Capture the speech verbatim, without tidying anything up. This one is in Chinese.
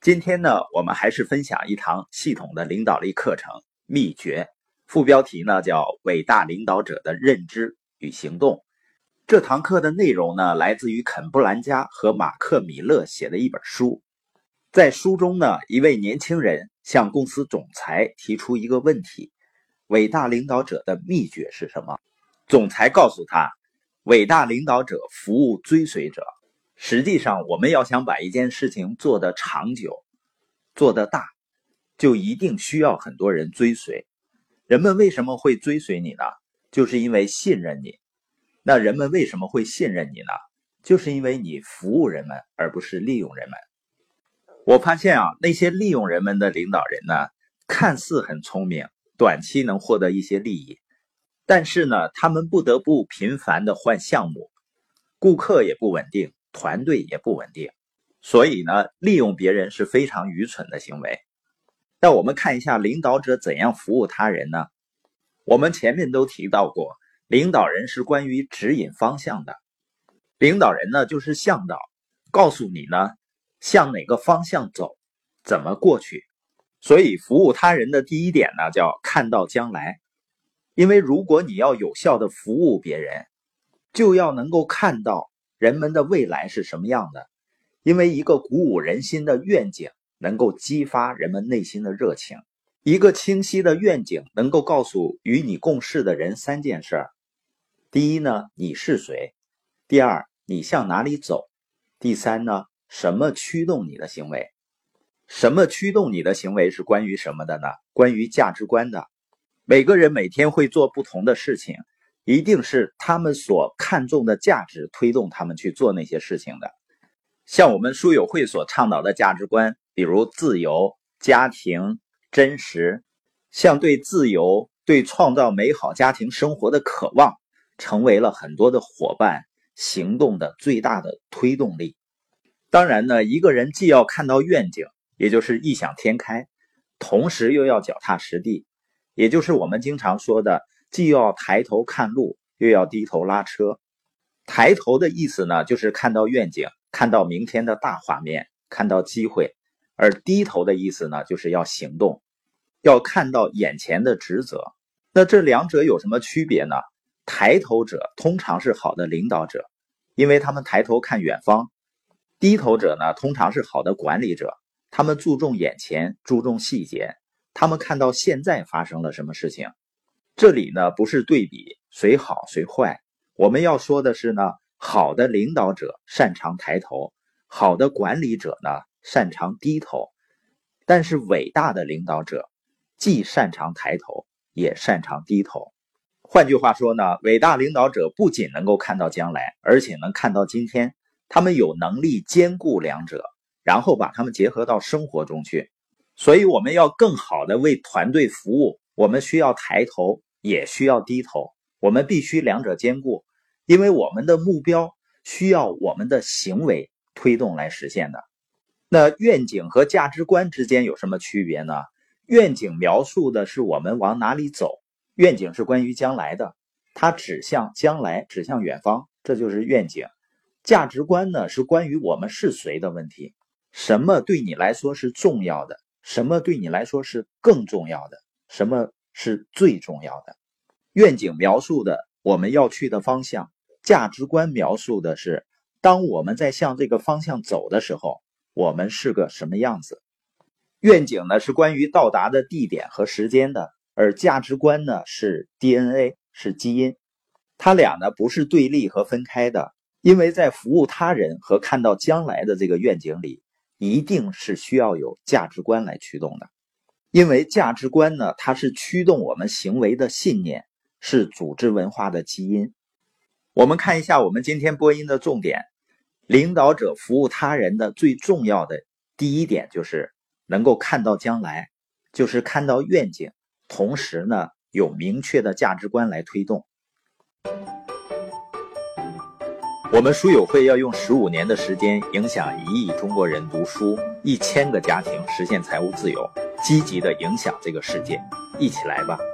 今天呢，我们还是分享一堂系统的领导力课程秘诀，副标题呢叫伟大领导者的认知与行动。这堂课的内容呢，来自于肯布兰加和马克米勒写的一本书。在书中呢，一位年轻人向公司总裁提出一个问题：伟大领导者的秘诀是什么？总裁告诉他，伟大领导者服务追随者。实际上，我们要想把一件事情做得长久、做得大，就一定需要很多人追随。人们为什么会追随你呢？就是因为信任你。那人们为什么会信任你呢？就是因为你服务人们，而不是利用人们。我发现啊，那些利用人们的领导人呢，看似很聪明，短期能获得一些利益，但是呢，他们不得不频繁地换项目，顾客也不稳定，团队也不稳定，所以呢，利用别人是非常愚蠢的行为。那我们看一下领导者怎样服务他人呢？我们前面都提到过，领导人是关于指引方向的。领导人呢，就是向导，告诉你呢，向哪个方向走，怎么过去。所以服务他人的第一点呢，叫看到将来。因为如果你要有效的服务别人，就要能够看到人们的未来是什么样的。因为一个鼓舞人心的愿景能够激发人们内心的热情，一个清晰的愿景能够告诉与你共事的人三件事。第一呢，你是谁；第二，你向哪里走；第三呢，什么驱动你的行为。什么驱动你的行为是关于什么的呢？关于价值观的。每个人每天会做不同的事情，一定是他们所看重的价值推动他们去做那些事情的。像我们书友会所倡导的价值观，比如自由、家庭、真实，像对自由、对创造美好家庭生活的渴望，成为了很多的伙伴行动的最大的推动力。当然呢，一个人既要看到愿景，也就是异想天开，同时又要脚踏实地，也就是我们经常说的，既要抬头看路，又要低头拉车。抬头的意思呢，就是看到愿景，看到明天的大画面，看到机会；而低头的意思呢，就是要行动，要看到眼前的职责。那这两者有什么区别呢？抬头者通常是好的领导者，因为他们抬头看远方；低头者呢，通常是好的管理者，他们注重眼前，注重细节，他们看到现在发生了什么事情。这里呢，不是对比谁好谁坏，我们要说的是呢，好的领导者擅长抬头，好的管理者呢擅长低头。但是伟大的领导者既擅长抬头，也擅长低头。换句话说呢，伟大领导者不仅能够看到将来，而且能看到今天，他们有能力兼顾两者，然后把它们结合到生活中去。所以我们要更好的为团队服务，我们需要抬头，也需要低头，我们必须两者兼顾，因为我们的目标需要我们的行为推动来实现的。那愿景和价值观之间有什么区别呢？愿景描述的是我们往哪里走，愿景是关于将来的，它指向将来，指向远方，这就是愿景。价值观呢，是关于我们是谁的问题，什么对你来说是重要的，什么对你来说是更重要的，什么是最重要的。愿景描述的我们要去的方向，价值观描述的是当我们在向这个方向走的时候，我们是个什么样子。愿景呢，是关于到达的地点和时间的，而价值观呢，是 D N A， 是基因。它俩呢，不是对立和分开的，因为在服务他人和看到将来的这个愿景里，一定是需要有价值观来驱动的。因为价值观呢，它是驱动我们行为的信念，是组织文化的基因。我们看一下我们今天播音的重点，领导者服务他人的最重要的第一点就是能够看到将来，就是看到愿景，同时呢，有明确的价值观来推动。我们书友会要用十五年的时间影响一亿中国人读书，一千个家庭实现财务自由，积极的影响这个世界，一起来吧。